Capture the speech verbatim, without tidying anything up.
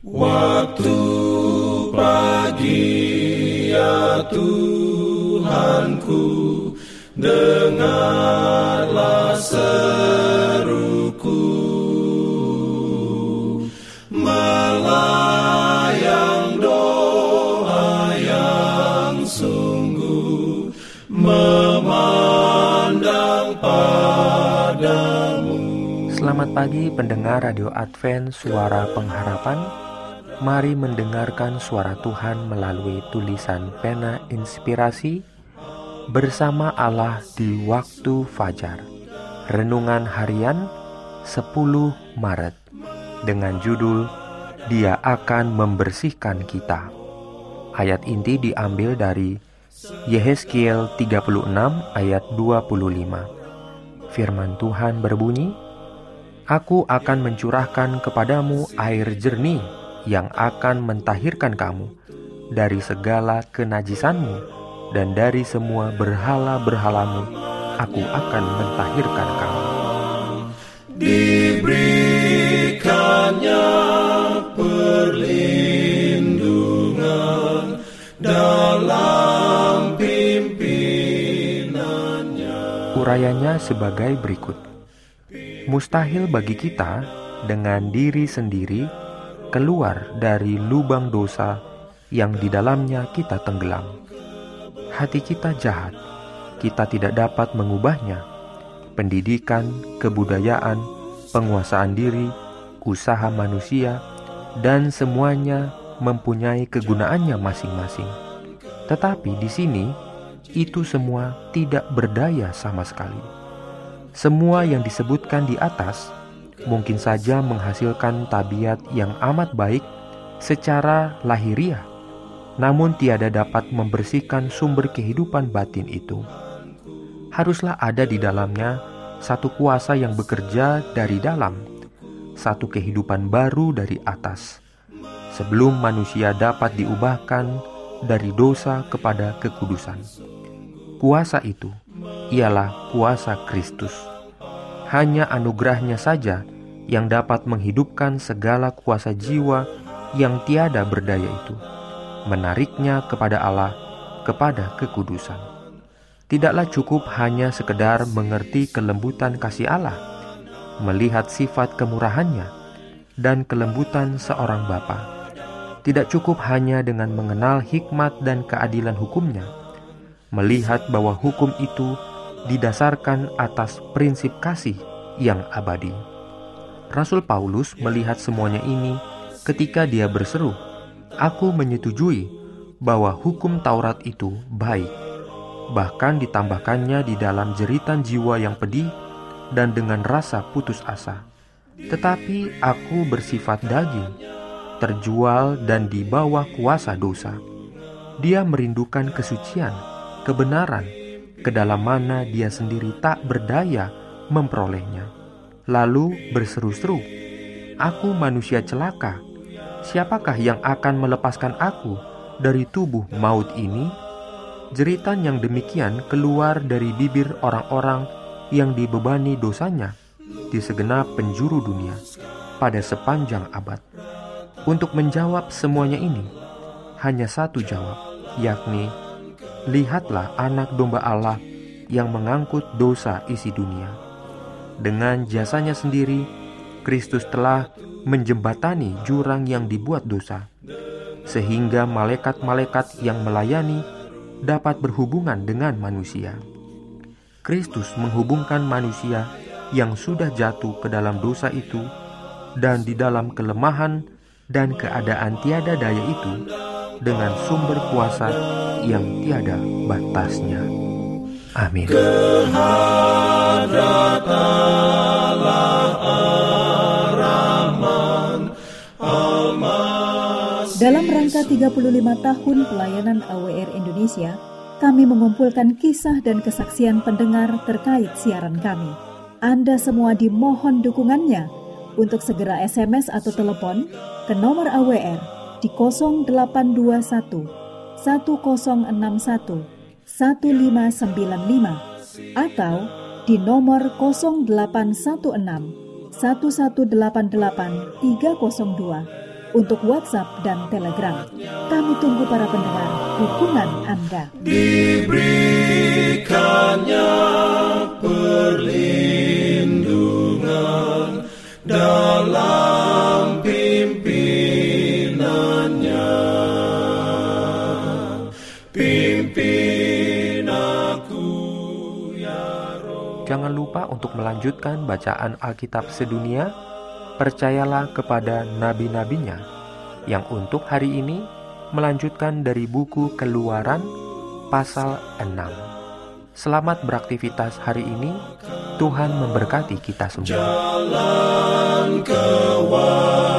Waktu pagi ya Tuhanku, dengarlah seruku, melayang doa yang sungguh, memandang padamu. Selamat pagi pendengar Radio Advent Suara Pengharapan. Mari mendengarkan suara Tuhan melalui tulisan pena inspirasi bersama Allah di waktu fajar. Renungan harian sepuluh Maret dengan judul Dia akan membersihkan kita. Ayat inti diambil dari Yehezkiel tiga puluh enam ayat dua puluh lima. Firman Tuhan berbunyi, Aku akan mencurahkan kepadamu air jernih yang akan mentahirkan kamu dari segala kenajisanmu, dan dari semua berhala-berhalamu aku akan mentahirkan kamu. Diberikannya perlindungan dalam pimpinannya. Urayanya sebagai berikut. Mustahil bagi kita dengan diri sendiri keluar dari lubang dosa yang di dalamnya kita tenggelam. Hati kita jahat, kita tidak dapat mengubahnya. Pendidikan, kebudayaan, penguasaan diri, usaha manusia, dan semuanya mempunyai kegunaannya masing-masing. Tetapi di sini, itu semua tidak berdaya sama sekali. Semua yang disebutkan di atas mungkin saja menghasilkan tabiat yang amat baik secara lahiriah, namun tiada dapat membersihkan sumber kehidupan batin itu. Haruslah ada di dalamnya satu kuasa yang bekerja dari dalam, satu kehidupan baru dari atas, sebelum manusia dapat diubahkan dari dosa kepada kekudusan. Kuasa itu ialah kuasa Kristus. Hanya anugerahnya saja yang dapat menghidupkan segala kuasa jiwa yang tiada berdaya itu, menariknya kepada Allah, kepada kekudusan. Tidaklah cukup hanya sekedar mengerti kelembutan kasih Allah, melihat sifat kemurahannya dan kelembutan seorang Bapa. Tidak cukup hanya dengan mengenal hikmat dan keadilan hukumnya, melihat bahwa hukum itu didasarkan atas prinsip kasih yang abadi. Rasul Paulus melihat semuanya ini ketika dia berseru, Aku menyetujui bahwa hukum Taurat itu baik, bahkan ditambahkannya di dalam jeritan jiwa yang pedih dan dengan rasa putus asa. Tetapi aku bersifat daging, terjual dan di bawah kuasa dosa. Dia merindukan kesucian, kebenaran, ke dalam mana dia sendiri tak berdaya memperolehnya. Lalu berseru-seru, Aku manusia celaka, siapakah yang akan melepaskan aku dari tubuh maut ini? Jeritan yang demikian keluar dari bibir orang-orang yang dibebani dosanya di segenap penjuru dunia pada sepanjang abad. Untuk menjawab semuanya ini, hanya satu jawab, yakni, Lihatlah anak domba Allah yang mengangkut dosa isi dunia. Dengan jasanya sendiri, Kristus telah menjembatani jurang yang dibuat dosa, sehingga malaikat-malaikat yang melayani dapat berhubungan dengan manusia. Kristus menghubungkan manusia yang sudah jatuh ke dalam dosa itu, dan di dalam kelemahan dan keadaan tiada daya itu, dengan sumber kuasa yang tiada batasnya. Amin. Dalam rangka tiga puluh lima tahun pelayanan A W R Indonesia, kami mengumpulkan kisah dan kesaksian pendengar terkait siaran kami. Anda semua dimohon dukungannya untuk segera S M S atau telepon ke nomor A W R di nol delapan dua satu, satu nol enam satu, satu lima sembilan lima atau di nomor nol delapan satu enam, satu satu delapan delapan, tiga nol dua. untuk WhatsApp dan Telegram. Kami tunggu para pendengar dukungan Anda. Diberikannya perlindungan dalam pimpinannya. Pimpin aku ya Roh. Jangan lupa untuk melanjutkan bacaan Alkitab sedunia. Percayalah kepada nabi-nabinya yang untuk hari ini melanjutkan dari buku Keluaran pasal enam. Selamat beraktivitas hari ini. Tuhan memberkati kita semua. Jalan kewajiban